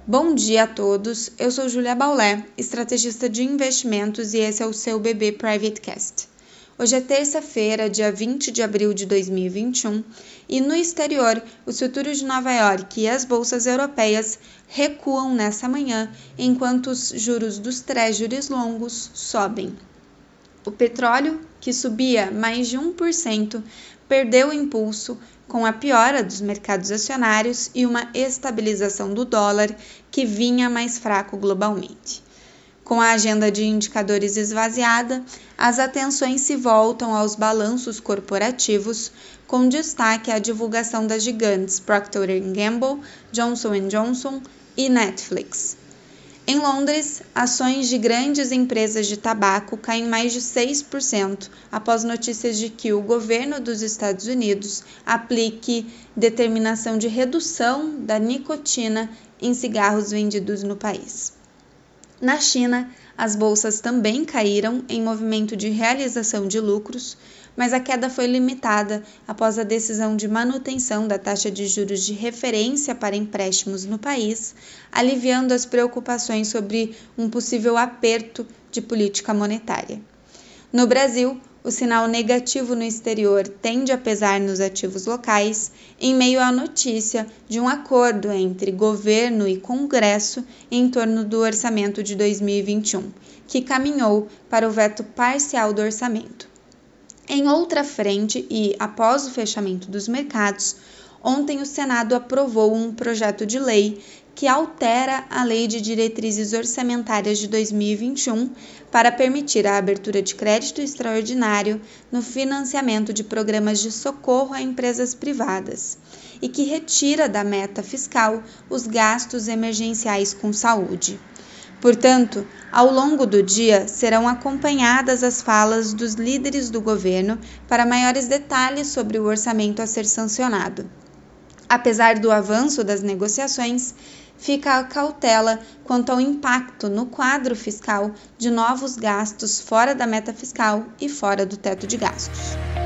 Bom dia a todos, eu sou Júlia Baulé, estrategista de investimentos e esse é o seu BB Private Cast. Hoje é terça-feira, dia 20 de abril de 2021 e no exterior, os futuros de Nova York e as bolsas europeias recuam nessa manhã, enquanto os juros dos treasuries longos sobem. O petróleo, que subia mais de 1%, perdeu o impulso com a piora dos mercados acionários e uma estabilização do dólar que vinha mais fraco globalmente. Com a agenda de indicadores esvaziada, as atenções se voltam aos balanços corporativos, com destaque à divulgação das gigantes Procter & Gamble, Johnson & Johnson e Netflix. Em Londres, ações de grandes empresas de tabaco caem mais de 6% após notícias de que o governo dos Estados Unidos aplique determinação de redução da nicotina em cigarros vendidos no país. Na China, as bolsas também caíram em movimento de realização de lucros, mas a queda foi limitada após a decisão de manutenção da taxa de juros de referência para empréstimos no país, aliviando as preocupações sobre um possível aperto de política monetária. No Brasil, o sinal negativo no exterior tende a pesar nos ativos locais, em meio à notícia de um acordo entre governo e Congresso em torno do orçamento de 2021, que caminhou para o veto parcial do orçamento. Em outra frente e após o fechamento dos mercados, ontem o Senado aprovou um projeto de lei que altera a Lei de Diretrizes Orçamentárias de 2021 para permitir a abertura de crédito extraordinário no financiamento de programas de socorro a empresas privadas e que retira da meta fiscal os gastos emergenciais com saúde. Portanto, ao longo do dia serão acompanhadas as falas dos líderes do governo para maiores detalhes sobre o orçamento a ser sancionado. Apesar do avanço das negociações, fica a cautela quanto ao impacto no quadro fiscal de novos gastos fora da meta fiscal e fora do teto de gastos.